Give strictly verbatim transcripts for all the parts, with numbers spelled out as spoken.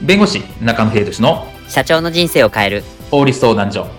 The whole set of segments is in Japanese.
弁護士中野秀俊の社長の人生を変える法律相談所。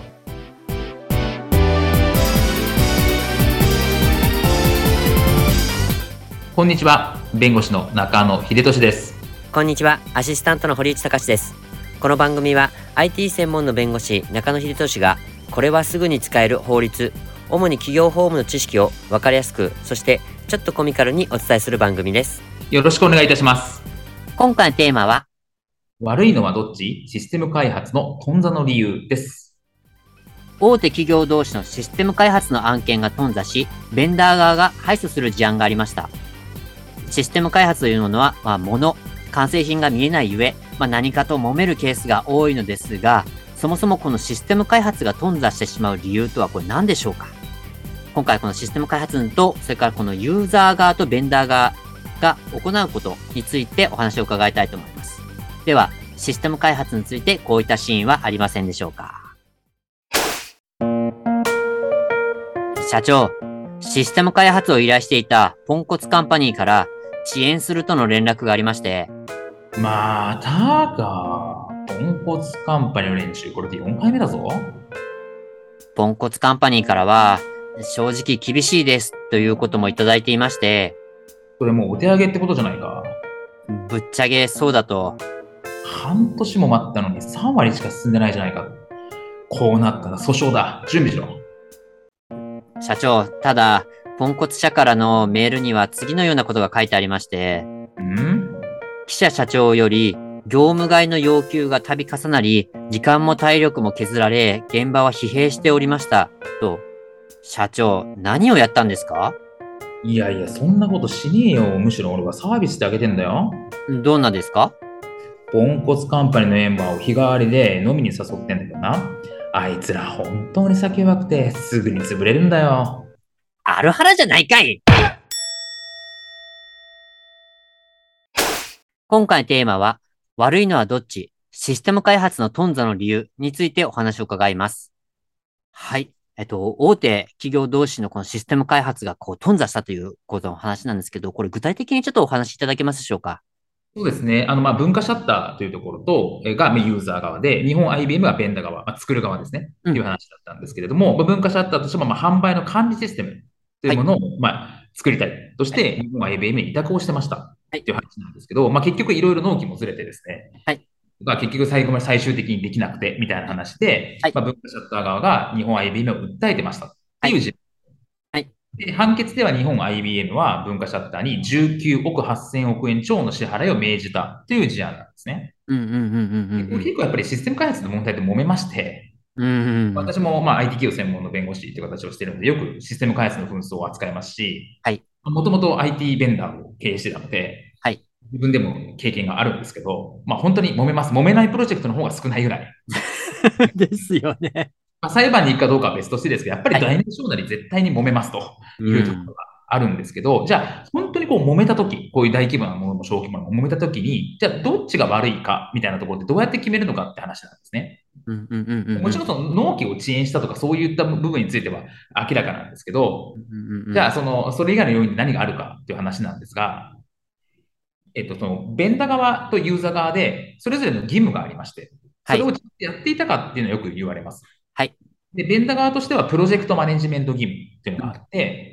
こんにちは、弁護士の中野秀俊です。 こんにちは、アシスタントの堀内隆です。この番組は アイティー 専門の弁護士中野秀俊がこれはすぐに使える法律、主に企業法務の知識を分かりやすく、そしてちょっとコミカルにお伝えする番組です。 よろしくお願いいたします。 今回のテーマは、 悪いのはどっち？システム開発の頓挫の理由です。 大手企業同士のシステム開発の案件が頓挫し、ベンダー側が敗訴する事案がありました。システム開発というものは、まあ、物、完成品が見えないゆえ、まあ、何かと揉めるケースが多いのですが、そもそもこのシステム開発が頓挫してしまう理由とはこれ何でしょうか？今回このシステム開発と、それからこのユーザー側とベンダー側が行うことについてお話を伺いたいと思います。では、システム開発についてこういったシーンはありませんでしょうか？社長、システム開発を依頼していたポンコツカンパニーから遅延するとの連絡がありまして。 またか。ポンコツカンパニーの連中、これでよんかいめだぞ。 ポンコツカンパニーからは、正直厳しいですということもいただいていまして。 それもうお手上げってことじゃないか。 ぶっちゃけそうだと。 半年も待ったのにさんわりしか進んでないじゃないか。こうなったら訴訟だ。準備しろ。 社長、ただ、ポンコツ社からのメールには次のようなことが書いてありまして。 ん？ 記者社長より、業務外の要求が度重なり、時間も体力も削られ、現場は疲弊しておりました。と。社長、何をやったんですか？ いやいや、そんなことしねえよ。むしろ俺はサービスであげてんだよ。 どんなですか？ ポンコツカンパニーのメンバーを日替わりで飲みに誘ってんだけどな。あいつら本当に酒弱くてすぐに潰れるんだよ。 アルハラじゃないかい。今回のテーマは、悪いのはどっち？システム開発の頓挫の理由についてお話を伺います。はい。えっと、大手企業同士のこのシステム開発がこう頓挫したということの話なんですけど、これ具体的にちょっとお話しいただけますでしょうか？ そうですね。あの、まあ、文化シャッターというところと、えがユーザー側で、日本 アイビーエム がベンダー側、まあ、作る側ですね。 うん。 っていう話だったんですけれども、まあ、文化シャッターとしても、まあ、販売の管理システムといはい。 うものを、まあ、作りたいとしはい。 て、日本 アイビーエム に委託をしてましたっはい。 ていう話なんですけど、まあ、結局いろいろ納期もずれてですね、 はい。 まあ、結局最後まで最終的にできなくてみたいな話で、 はい。 まあ、文化シャッター側が日本 アイビーエム を訴えてましたってはい。 いう事はい。 で、判決では日本 アイビーエム は文化シャッターにじゅうきゅうおくはっせんおく円超の支払いを命じたという事案なんですね。 うんうんうんうんでこれうん結構やっぱりシステム開発の問題で揉めまして、 うん。うんうんうん。 私もまあ アイティー 企業専門の弁護士という形をしているので、よくシステム開発の紛争を扱いますし、 はい。 もともと アイティー ベンダーを経営していたので、 はい。 自分でも経験があるんですけど、まあ本当に揉めます。揉めないプロジェクトの方が少ないぐらい。 ですよね。 まあ、裁判に行くかどうかは別としてですけど、やっぱりはい。 大なり小なり絶対に揉めますとうん。 いうところがあるんですけど、じゃあ、本当にこう揉めたとき、こういう大規模なものも小規模なものも揉めたときに、じゃあどっちが悪いかみたいなところでどうやって決めるのかって話なんですね。 うんうんうんうんうん。 もちろんその納期を遅延したとかそういった部分については明らかなんですけど、 うんうんうん。 じゃあその、それ以外の要因で何があるかっていう話なんですが、えっと、その、ベンダ側とユーザー側で、それぞれの義務がありまして、 はい。 それをやっていたかっていうのはよく言われます。 はい。 で、ベンダー側としてはプロジェクトマネジメント義務っていうのうん。 があって、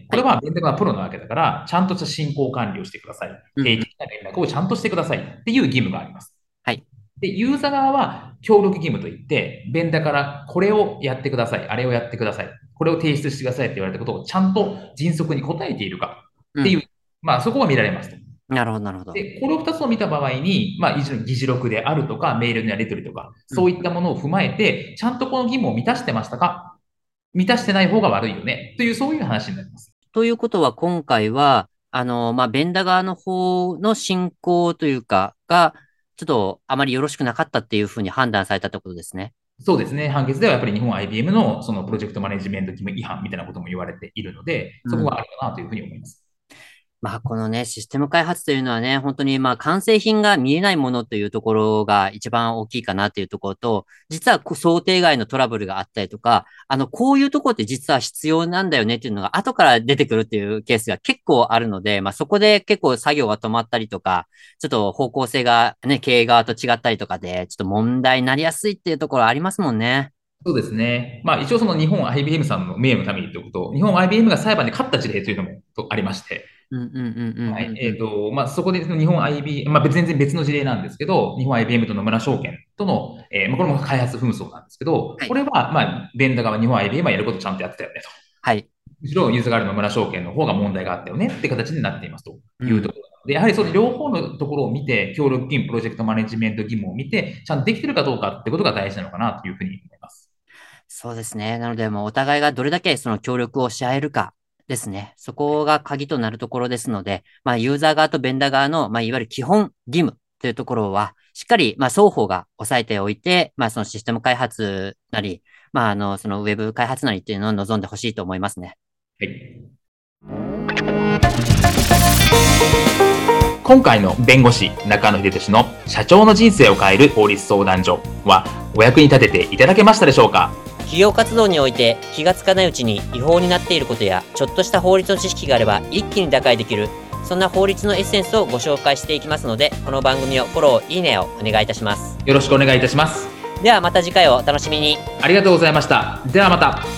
こはい。 れはベンダー側はプロなわけだから、ちゃんとした進行管理をしてください。 うんうん。 定期的な連絡をちゃんとしてくださいっていう義務があります。 はい。 で、ユーザー側は協力義務といって、ベンダーからこれをやってください、あれをやってください、これを提出してくださいって言われたことをちゃんと迅速に答えているかうん。 っていう、まあそこが見られますと。 なるほど、なるほど。 で、これをふたつを見た場合に、まあ、一種の議事録であるとか、メールのやり取りとか、 うん。 そういったものを踏まえて、ちゃんとこの義務を満たしてましたか？満たしてない方が悪いよねという、そういう話になります。 ということは、今回は、あの、まあ、ベンダ側の方の進行というか、が、ちょっとあまりよろしくなかったっていうふうに判断されたってことですね。 そうですね。判決ではやっぱり日本 アイビーエム のそのプロジェクトマネジメント義務違反みたいなことも言われているので、そこうん。 があるかなというふうに思います。 まあ、このね、システム開発というのはね、本当にまあ、完成品が見えないものというところが一番大きいかなというところと、実はこう想定外のトラブルがあったりとか、あの、こういうところって実は必要なんだよねっていうのが後から出てくるっていうケースが結構あるので、まあ、そこで結構作業が止まったりとか、ちょっと方向性がね、経営側と違ったりとかで、ちょっと問題になりやすいっていうところありますもんね。 そうですね。まあ一応その日本 アイビーエム さんの名誉のために言っておくと、日本 アイビーエム が裁判で勝った事例というのもとありまして、 うんうんうんうんはい。 うんうん。 えっと、まあ、そこでその日本 アイビーエム、まあ、別全然別の事例なんですけど、日本 アイビーエム と野村証券との、えーまあ、これも開発紛争なんですけど、 はい。 これは、まあ、ベンダー側、日本 アイビーエム はやることちゃんとやってたよねと。 はい。 むしろユーザー側の野村証券の方が問題があったよねって形になっていますとうん。 いうところなので、やはりその両方のところを見て、協力義務、プロジェクトマネジメント義務を見て、ちゃんとできてるかどうかってことが大事なのかなというふうに思います。 そうですね。なので、もうお互いがどれだけその協力をし合えるかですね。そこが鍵となるところですので、まあ、ユーザー側とベンダー側の、まあ、いわゆる基本義務というところは、しっかり、まあ、双方が抑えておいて、まあ、そのシステム開発なり、まあ、あの、そのウェブ開発なりっていうのを望んでほしいと思いますね。 はい。今回の弁護士中野秀俊の社長の人生を変える法律相談所はお役に立てていただけましたでしょうか。 企業活動において気がつかないうちに違法になっていることや、ちょっとした法律の知識があれば一気に打開できる、そんな法律のエッセンスをご紹介していきますので、この番組をフォロー、いいねをお願いいたします。 よろしくお願いいたします。 ではまた次回をお楽しみに。 ありがとうございました。ではまた。